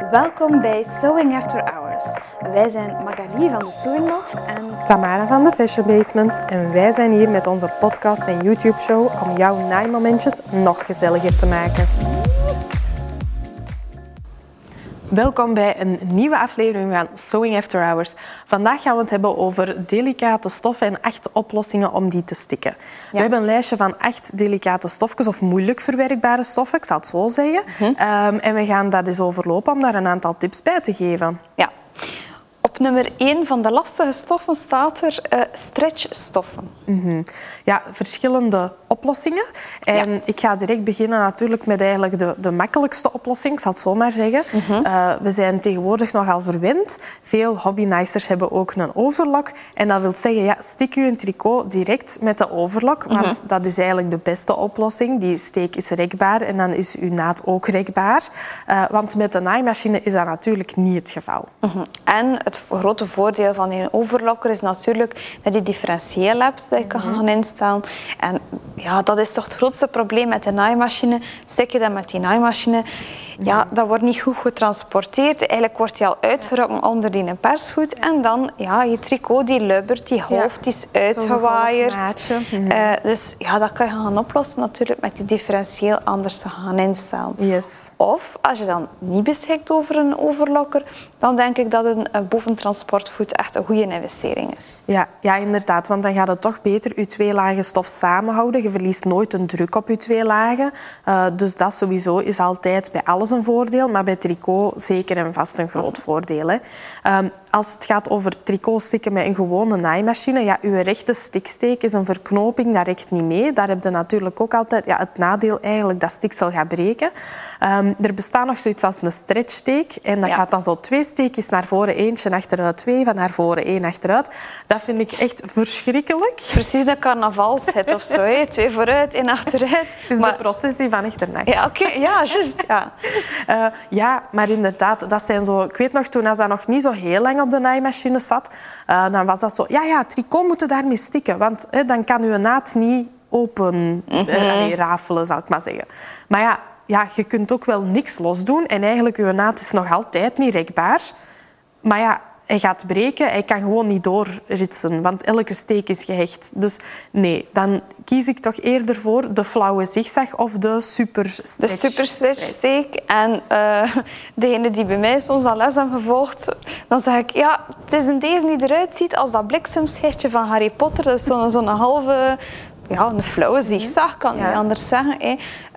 Welkom bij Sewing After Hours. Wij zijn Magali van de Sewing Loft en Tamara van de Fashion Basement en wij zijn hier met onze podcast en YouTube-show om jouw naaimomentjes nog gezelliger te maken. Welkom bij een nieuwe aflevering van Sewing After Hours. Vandaag gaan we het hebben over delicate stoffen en 8 oplossingen om die te stikken. Ja. We hebben een lijstje van 8 delicate stofjes of moeilijk verwerkbare stoffen, ik zal het zo zeggen. En we gaan dat eens overlopen om daar een aantal tips bij te geven. Ja. Op nummer 1 van de lastige stoffen staat er stretchstoffen. Ja, verschillende oplossingen. En ik ga direct beginnen natuurlijk met eigenlijk de makkelijkste oplossing, ik zal het zo maar zeggen. We zijn tegenwoordig nogal verwend. Veel hobbynicers hebben ook een overlock. En dat wil zeggen, ja, stik je een tricot direct met de overlock, want dat is eigenlijk de beste oplossing. Die steek is rekbaar en dan is uw naad ook rekbaar. Want met de naaimachine is dat natuurlijk niet het geval. En het grote voordeel van een overlocker is natuurlijk dat je differentieel hebt dat je kan gaan instellen. En ja, dat is toch het grootste probleem met de naaimachine. Stek je dat met die naaimachine, ja, dat wordt niet goed getransporteerd. Eigenlijk wordt die al uitgerokken onder die persvoet. En dan, ja, je tricot, die lubbert, die hoofd is uitgewaaierd. Dus ja, dat kan je gaan oplossen natuurlijk met die differentieel anders te gaan instellen. Yes. Of, als je dan niet beschikt over een overlocker, dan denk ik dat een boventransportvoet echt een goede investering is. Ja, inderdaad, want dan gaat het toch beter je 2 lagen stof samenhouden. Je verliest nooit een druk op je 2 lagen. Dus dat sowieso is altijd bij alles een voordeel, maar bij tricot zeker en vast een groot voordeel. Hè. Als het gaat over tricot stikken met een gewone naaimachine, ja, uw rechte stiksteek is een verknoping, dat rekt niet mee. Daar heb je natuurlijk ook altijd het nadeel eigenlijk dat stiksel gaat breken. Er bestaat nog zoiets als een stretchsteek en dat gaat dan zo 2 steekjes naar voren, eentje achteruit, 2 van naar voren, 1 achteruit. Dat vind ik echt verschrikkelijk. Precies de carnavalshit of zo, hè. 2 vooruit, 1 achteruit. Het is de processie van achternacht. Ja, oké, ja, juist. Ja. Ja, maar inderdaad, dat zijn zo... Ik weet nog, toen als dat nog niet zo heel lang op de naaimachine zat, dan was dat zo... Ja, tricot moet daarmee stikken, want dan kan uw naad niet open rafelen, zal ik maar zeggen. Maar ja, je kunt ook wel niks losdoen en eigenlijk uw naad is nog altijd niet rekbaar. Maar ja, hij gaat breken, hij kan gewoon niet doorritsen, want elke steek is gehecht. Dus nee, dan kies ik toch eerder voor de flauwe zigzag of de super stretch. De super stretch steek. En degene die bij mij soms al les hebben gevolgd, dan zeg ik, ja, het is in deze die eruit ziet als dat bliksemschichtje van Harry Potter. Dat is zo'n halve, ja, een flauwe zigzag, kan ik niet anders zeggen.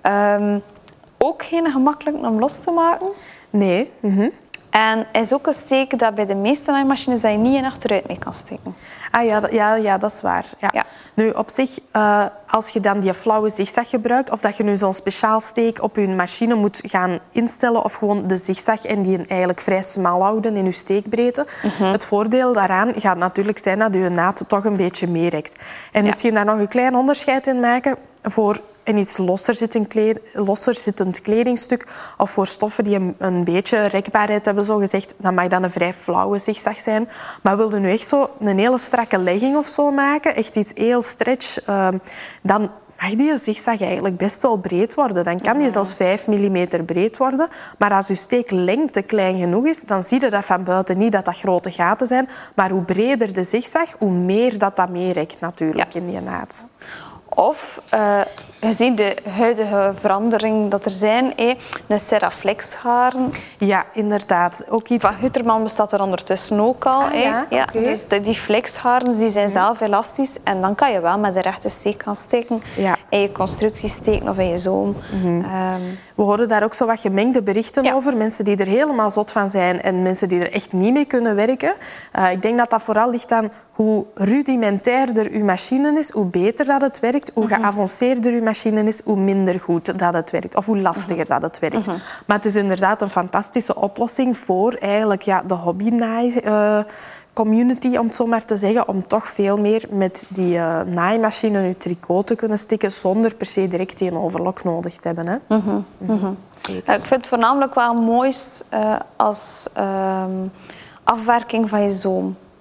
Ook geen gemakkelijk om los te maken. Nee. En is ook een steek dat bij de meeste naaimachines dat je niet in achteruit mee kan steken. Ja, dat is waar. Ja. Nu, op zich, als je dan die flauwe zigzag gebruikt, of dat je nu zo'n speciaal steek op je machine moet gaan instellen, of gewoon de zigzag en die eigenlijk vrij smal houden in je steekbreedte. Het voordeel daaraan gaat natuurlijk zijn dat je naad toch een beetje meerekt. En misschien daar nog een klein onderscheid in maken voor een iets losser zittend kledingstuk of voor stoffen die een beetje rekbaarheid hebben, zo gezegd, dan mag dat een vrij flauwe zigzag zijn. Maar wil je nu echt zo een hele strakke legging of zo maken, echt iets heel stretch, dan mag die zigzag eigenlijk best wel breed worden. Dan kan die zelfs 5 mm breed worden. Maar als je steeklengte klein genoeg is, dan zie je dat van buiten niet dat grote gaten zijn. Maar hoe breder de zigzag, hoe meer dat meerekt natuurlijk in die naad. Of, gezien de huidige verandering dat er zijn, de Seraflex-haren. Ja, inderdaad. Ook iets... Van Hutterman bestaat er ondertussen ook al. Okay. Dus die flexharen die zijn zelf elastisch. En dan kan je wel met de rechte steek gaan steken. In je constructie steken of in je zoom. We horen daar ook zo wat gemengde berichten over. Mensen die er helemaal zot van zijn en mensen die er echt niet mee kunnen werken. Ik denk dat dat vooral ligt aan hoe rudimentairder uw machine is, hoe beter dat het werkt. Hoe geavanceerder uw machine is, hoe minder goed dat het werkt. Of hoe lastiger dat het werkt. Maar het is inderdaad een fantastische oplossing voor eigenlijk de hobby-community, om het zo maar te zeggen, om toch veel meer met die naaimachine uw tricot te kunnen stikken zonder per se direct die overlock nodig te hebben. Hè? Zeker. Ik vind het voornamelijk wel mooist als afwerking van je zoom.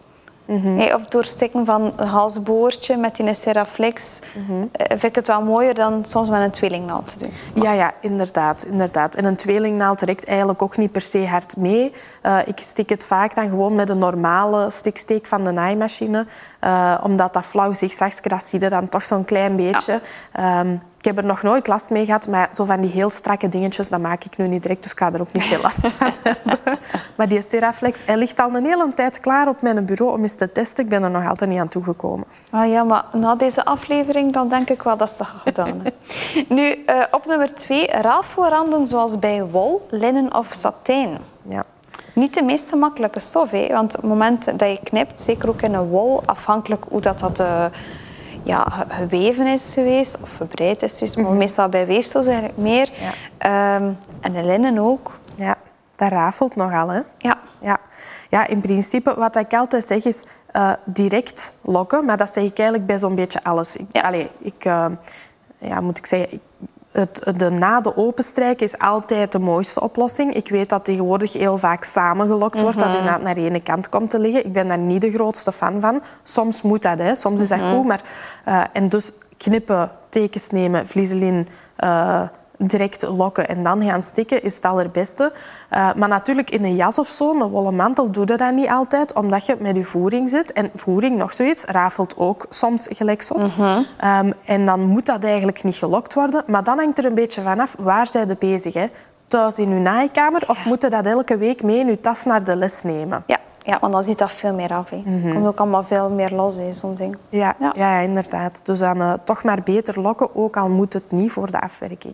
Of doorsteken van een halsboordje met die Seraflex. Vind ik het wel mooier dan soms met een tweelingnaald te doen. Ja, inderdaad. En een tweelingnaald trekt eigenlijk ook niet per se hard mee. Ik stik het vaak dan gewoon met een normale stiksteek van de naaimachine. Omdat dat flauw zigzagje, dat zie je dan toch zo'n klein beetje. Ik heb er nog nooit last mee gehad, maar zo van die heel strakke dingetjes, dat maak ik nu niet direct, dus ik ga er ook niet veel last van hebben. Maar die Seraflex, hij ligt al een hele tijd klaar op mijn bureau om eens te testen. Ik ben er nog altijd niet aan toegekomen. Ja, maar na deze aflevering dan denk ik wel dat ze dat gedaan hebben. Nu, op nummer 2, rafelranden zoals bij wol, linnen of satijn. Ja. Niet de meest gemakkelijke stof, want op het moment dat je knipt, zeker ook in een wol, afhankelijk hoe dat geweven is geweest of gebreid is geweest, maar meestal bij weefsels eigenlijk meer. Ja. En de linnen ook. Ja, dat rafelt nogal, hè? Ja, in principe, wat ik altijd zeg is direct lokken, maar dat zeg ik eigenlijk bij zo'n beetje alles. De naden openstrijken is altijd de mooiste oplossing. Ik weet dat tegenwoordig heel vaak samengelokt wordt, dat je naad naar de ene kant komt te liggen. Ik ben daar niet de grootste fan van. Soms moet dat, hè. Soms is dat goed. Maar, en dus knippen, tekens nemen, vlieselin, direct lokken en dan gaan stikken is het allerbeste. Maar natuurlijk in een jas of zo, een wollen mantel, doe je dat niet altijd, omdat je met je voering zit. En voering, nog zoiets, rafelt ook soms gelijk zot. En dan moet dat eigenlijk niet gelokt worden. Maar dan hangt er een beetje vanaf, waar zijn ze bezig? Hè? Thuis in je naaikamer of moet je dat elke week mee in je tas naar de les nemen? Ja, want dan ziet dat veel meer af. Het komt ook allemaal veel meer los, zo'n ding. Ja, inderdaad. Dus dan toch maar beter lokken, ook al moet het niet voor de afwerking.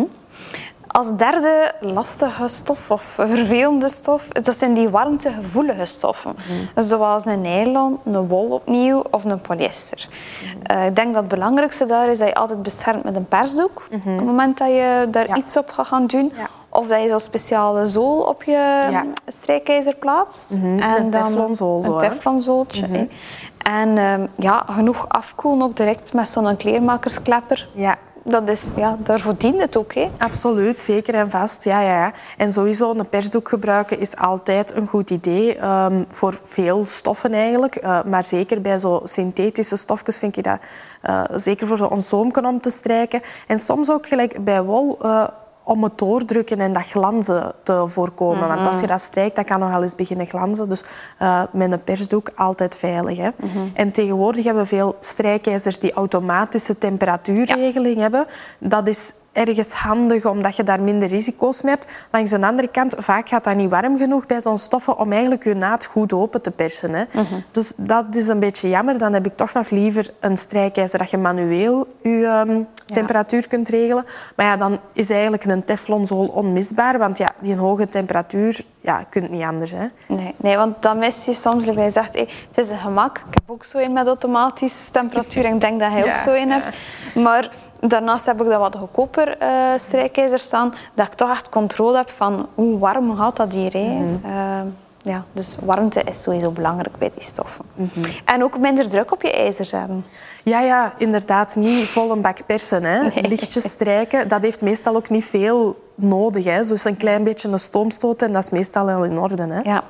Als derde lastige stof of vervelende stof, dat zijn die warmtegevoelige stoffen. Zoals een nylon, een wol opnieuw of een polyester. Ik denk dat het belangrijkste daar is dat je altijd beschermt met een persdoek. Op het moment dat je daar iets op gaat gaan doen. Of dat je zo'n speciale zool op je strijkijzer plaatst. En een teflonzool. Een teflonzooltje. En genoeg afkoelen ook direct met zo'n kleermakersklepper. Dat is, daarvoor dient het ook. Absoluut, zeker en vast. Ja. En sowieso een persdoek gebruiken is altijd een goed idee. Voor veel stoffen eigenlijk. Maar zeker bij zo synthetische stofjes vind je dat zeker voor zo'n zoomken om te strijken. En soms ook gelijk bij wol om het doordrukken en dat glanzen te voorkomen. Want als je dat strijkt, dat kan nogal eens beginnen glanzen. Dus met een persdoek altijd veilig. Hè. En tegenwoordig hebben we veel strijkijzers die automatische temperatuurregeling hebben. Dat is ergens handig, omdat je daar minder risico's mee hebt. Langs de andere kant, vaak gaat dat niet warm genoeg bij zo'n stoffen om eigenlijk je naad goed open te persen. Hè. Dus dat is een beetje jammer. Dan heb ik toch nog liever een strijkijzer dat je manueel je temperatuur kunt regelen. Maar dan is eigenlijk een teflonzool onmisbaar, want die hoge temperatuur, kunt niet anders. Hè. Nee, want dan mis je soms, dat je zegt, het is een gemak. Ik heb ook zo een met automatische temperatuur en ik denk dat hij ook zo een hebt. Maar daarnaast heb ik dan wat goedkoper strijkijzers staan, dat ik toch echt controle heb van hoe warm gaat dat hier. Dus warmte is sowieso belangrijk bij die stoffen. En ook minder druk op je ijzers hebben. Ja, inderdaad. Niet vol een bak persen. Hè. Lichtjes strijken, dat heeft meestal ook niet veel nodig. Hè. Dus een klein beetje een stoomstoot en dat is meestal wel in orde. Hè. Ja.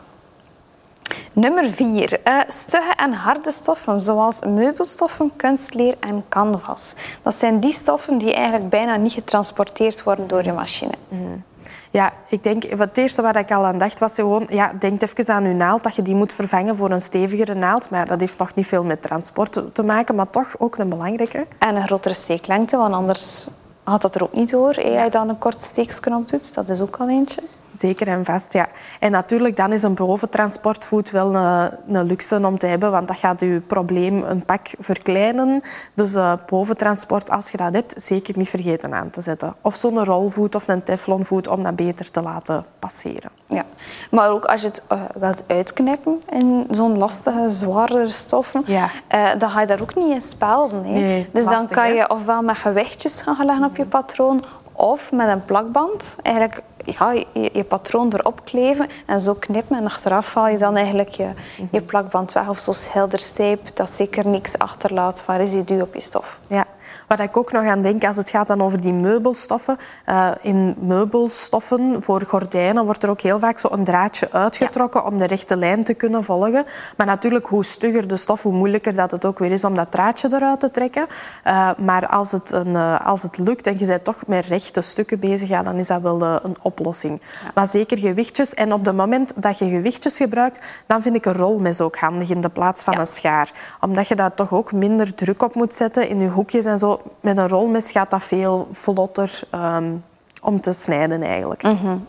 Nummer 4. Stugge en harde stoffen, zoals meubelstoffen, kunstleer en canvas. Dat zijn die stoffen die eigenlijk bijna niet getransporteerd worden door je machine. Ja, ik denk, het eerste waar ik al aan dacht was gewoon, denk even aan je naald, dat je die moet vervangen voor een stevigere naald. Maar dat heeft nog niet veel met transport te maken, maar toch ook een belangrijke. En een grotere steeklengte, want anders gaat dat er ook niet door. Als je dan een kort steeksknop doet, dat is ook al eentje. Zeker en vast, ja. En natuurlijk, dan is een boventransportvoet wel een luxe om te hebben, want dat gaat je probleem een pak verkleinen. Dus boventransport, als je dat hebt, zeker niet vergeten aan te zetten. Of zo'n rolvoet of een teflonvoet om dat beter te laten passeren. Ja, maar ook als je het wilt uitknippen in zo'n lastige, zwaardere stoffen, dan ga je daar ook niet in spelden. Nee, dus lastig, dan kan je ofwel met gewichtjes gaan leggen op je patroon, of met een plakband eigenlijk je patroon erop kleven en zo knippen. En achteraf haal je dan eigenlijk je plakband weg. Of zo'n schilderstijp dat zeker niks achterlaat van residu op je stof. Ja, Waar ik ook nog aan denk als het gaat dan over die meubelstoffen. In meubelstoffen voor gordijnen wordt er ook heel vaak zo een draadje uitgetrokken om de rechte lijn te kunnen volgen. Maar natuurlijk, hoe stugger de stof, hoe moeilijker dat het ook weer is om dat draadje eruit te trekken. Maar als het lukt en je bent toch met rechte stukken bezig, ja, dan is dat wel een oplossing. Ja. Maar zeker gewichtjes. En op het moment dat je gewichtjes gebruikt, dan vind ik een rolmes ook handig in de plaats van een schaar. Omdat je daar toch ook minder druk op moet zetten in je hoekjes en zo. Met een rolmes gaat dat veel vlotter om te snijden eigenlijk.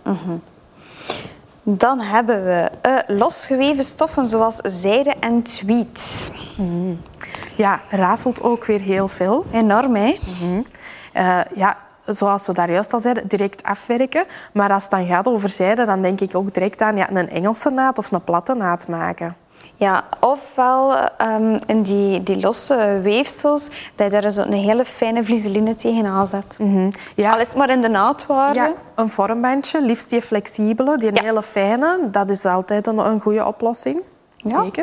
Dan hebben we losgeweven stoffen zoals zijde en tweed. Ja, rafelt ook weer heel veel. Enorm, hè? Ja, zoals we daar juist al zeiden, direct afwerken. Maar als het dan gaat over zijde, dan denk ik ook direct aan een Engelse naad of een platte naad maken. Ja, ofwel in die losse weefsels, dat je daar zo een hele fijne vliezeline tegenaan zet. Ja. Al is het maar in de naadwaarde. Ja, een vormbandje, liefst die flexibele, die hele fijne. Dat is altijd een goede oplossing. Ja. Zeker.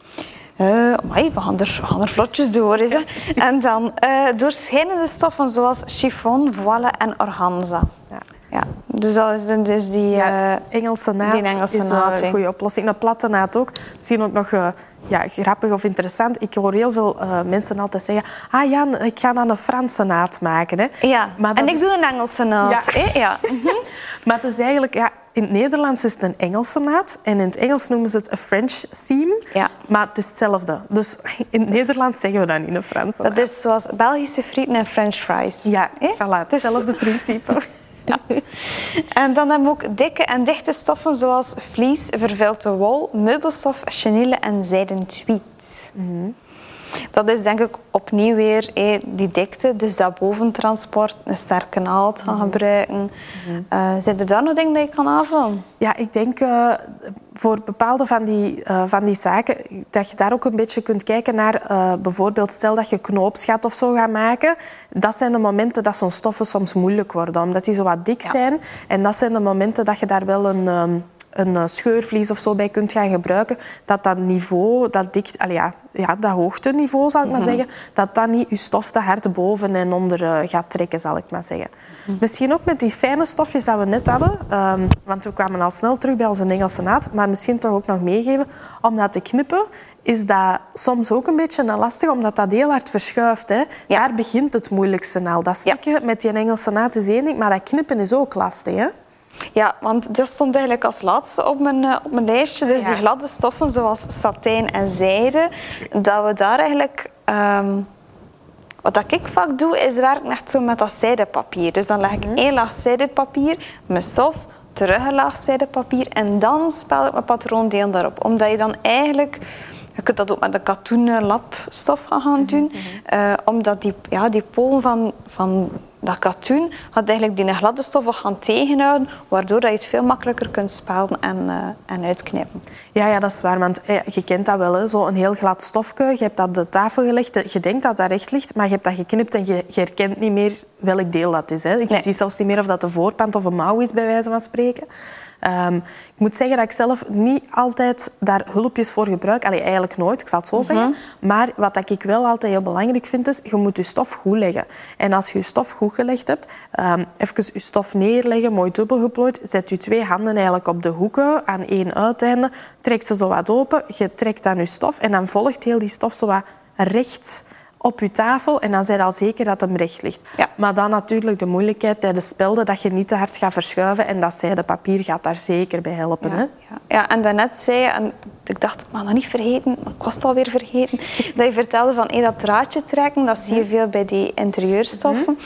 We gaan er vlotjes door. Is, en dan doorschijnende stoffen zoals chiffon, voile en organza. Ja, dus dat is die Engelse naad is een goede oplossing. Een platte naad ook. Misschien ook nog grappig of interessant. Ik hoor heel veel mensen altijd zeggen... Jan, ik ga dan een Franse naad maken. Hè. Ja, maar en ik doe een Engelse naad. Ja. Hè? Ja. Maar het is eigenlijk... in het Nederlands is het een Engelse naad. En in het Engels noemen ze het een French seam. Ja. Maar het is hetzelfde. Dus in het Nederlands zeggen we dat niet een Franse naad. Dat is zoals Belgische frieten en French fries. Ja, voilà, hetzelfde principe. Ja. En dan hebben we ook dikke en dichte stoffen zoals vlies, vervilte wol, meubelstof, chenille en zijden tweed. Dat is denk ik opnieuw weer die dikte, dus dat boventransport, een sterke naald gaan gebruiken. Zijn er daar nog dingen die je kan aanvullen? Ja, ik denk voor bepaalde van die zaken dat je daar ook een beetje kunt kijken naar bijvoorbeeld stel dat je knoopsgat of zo gaat maken. Dat zijn de momenten dat zo'n stoffen soms moeilijk worden, omdat die zo wat dik zijn. En dat zijn de momenten dat je daar wel een scheurvlies of zo bij kunt gaan gebruiken, dat niveau, dat hoogteniveau, zal ik maar zeggen, dat niet je stof te hard boven en onder gaat trekken, zal ik maar zeggen. Misschien ook met die fijne stofjes dat we net hadden, want we kwamen al snel terug bij onze Engelse naad, maar misschien toch ook nog meegeven, om dat te knippen, is dat soms ook een beetje lastig, omdat dat heel hard verschuift. Hè. Ja. Daar begint het moeilijkste al. Dat stikken met die Engelse naad is één ding, maar dat knippen is ook lastig, hè. Ja, want dat stond eigenlijk als laatste op mijn lijstje. Dus die gladde stoffen zoals satijn en zijde. Dat we daar eigenlijk... wat ik vaak doe, is werken echt zo met dat zijdepapier. Dus dan leg ik 1 laag zijdepapier, mijn stof, terug een laag zijdepapier en dan spel ik mijn patroondeel daarop. Omdat je dan eigenlijk... Je kunt dat ook met een katoenen lapstof gaan doen. Omdat die polen van dat katoen gaat eigenlijk die gladde stof ook gaan tegenhouden, waardoor dat je het veel makkelijker kunt spelden en uitknippen. Ja, dat is waar, want je kent dat wel. Hè? Zo een heel glad stofje, je hebt dat op de tafel gelegd, je denkt dat dat recht ligt, maar je hebt dat geknipt en je herkent niet meer welk deel dat is. Hè? Je ziet zelfs niet meer of dat de voorpand of een mouw is, bij wijze van spreken. Ik moet zeggen dat ik zelf niet altijd daar hulpjes voor gebruik. Eigenlijk nooit, ik zal het zo zeggen. Maar wat ik wel altijd heel belangrijk vind, is je moet je stof goed leggen. En als je je stof goed gelegd hebt, even je stof neerleggen, mooi dubbel geplooid, zet je 2 handen eigenlijk op de hoeken aan 1 uiteinde, trek ze zo wat open, je trekt aan je stof en dan volgt heel die stof zo wat recht op je tafel en dan zijn je al zeker dat hem recht ligt. Ja. Maar dan natuurlijk de moeilijkheid tijdens spelden, dat je niet te hard gaat verschuiven en dat zijdepapier gaat daar zeker bij helpen. Ja, hè? ja, en daarnet zei je, en ik dacht, ik mag dat niet vergeten, maar ik was het alweer vergeten, dat je vertelde van dat draadje trekken, dat zie je veel bij die interieurstoffen.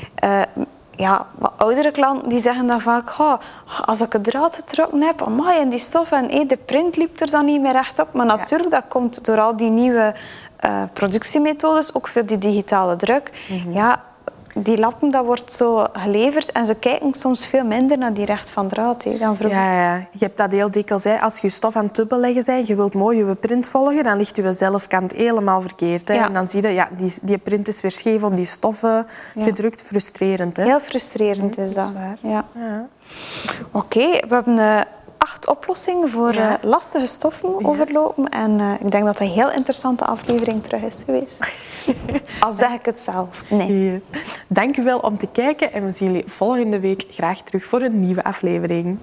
Wat oudere klanten die zeggen dan vaak, als ik het draad getrokken heb, amai, en die stof en de print liep er dan niet meer recht op. Maar natuurlijk, dat komt door al die nieuwe productiemethodes, ook veel die digitale druk. Ja, die lappen, dat wordt zo geleverd en ze kijken soms veel minder naar die recht van draad dan vroeger. Ja, je hebt dat heel dikwijls. Als je stof aan het dubbelleggen bent, je wilt mooi je print volgen, dan ligt je zelfkant helemaal verkeerd. Hè? Ja. En dan zie je, die print is weer scheef op die stoffen gedrukt. Frustrerend. Hè? Heel frustrerend is dat. Dat is waar. Ja. Oké, we hebben 8 oplossing voor lastige stoffen overlopen. En ik denk dat dat een heel interessante aflevering terug is geweest. Al zeg ik het zelf. Nee. Dank u wel om te kijken en we zien jullie volgende week graag terug voor een nieuwe aflevering.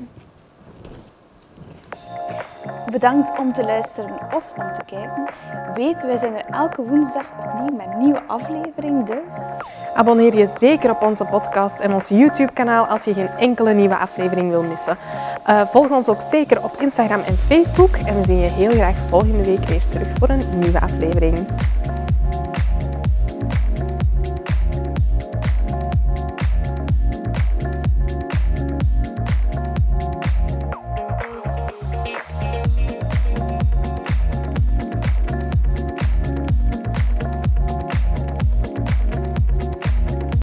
Bedankt om te luisteren of om te kijken. Weet, wij zijn er elke woensdag opnieuw met een nieuwe aflevering, dus... Abonneer je zeker op onze podcast en ons YouTube-kanaal als je geen enkele nieuwe aflevering wil missen. Volg ons ook zeker op Instagram en Facebook en we zien je heel graag volgende week weer terug voor een nieuwe aflevering.